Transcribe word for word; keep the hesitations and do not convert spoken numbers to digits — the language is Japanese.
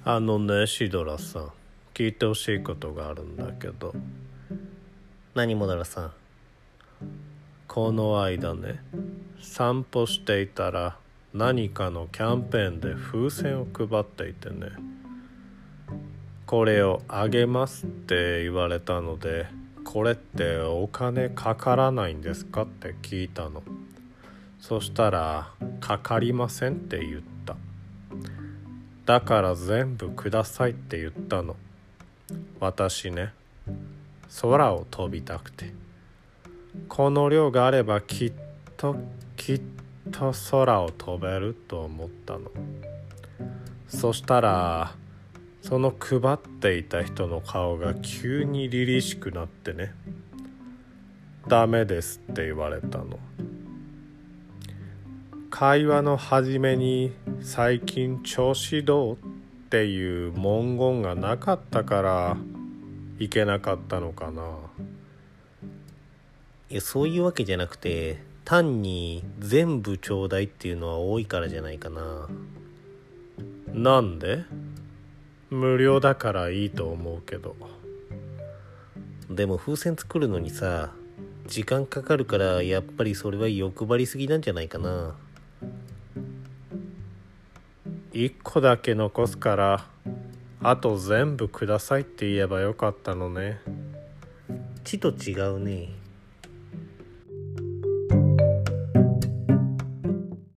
あのね、シドラさん、聞いてほしいことがあるんだけど。 何もだらさん。 この間ね、散歩していたら何かのキャンペーンで風船を配っていてね、これをあげますって言われたので、これってお金かからないんですかって聞いたの。そしたら、かかりませんって言った。だから全部くださいって言ったの。私ね、空を飛びたくて、この量があればきっときっと空を飛べると思ったの。そしたらその配っていた人の顔が急に凛々しくなってね、ダメですって言われたの。会話の初めに最近調子どうっていう文言がなかったからいけなかったのかな。 いや、そういうわけじゃなくて、単に全部ちょうだいっていうのは多いからじゃないかな。 なんで？無料だからいいと思うけど。 でも風船作るのにさ、時間かかるから、やっぱりそれは欲張りすぎなんじゃないかな。 一個だけ残すから、あと全部くださいって言えばよかったのね。 ちと違うね。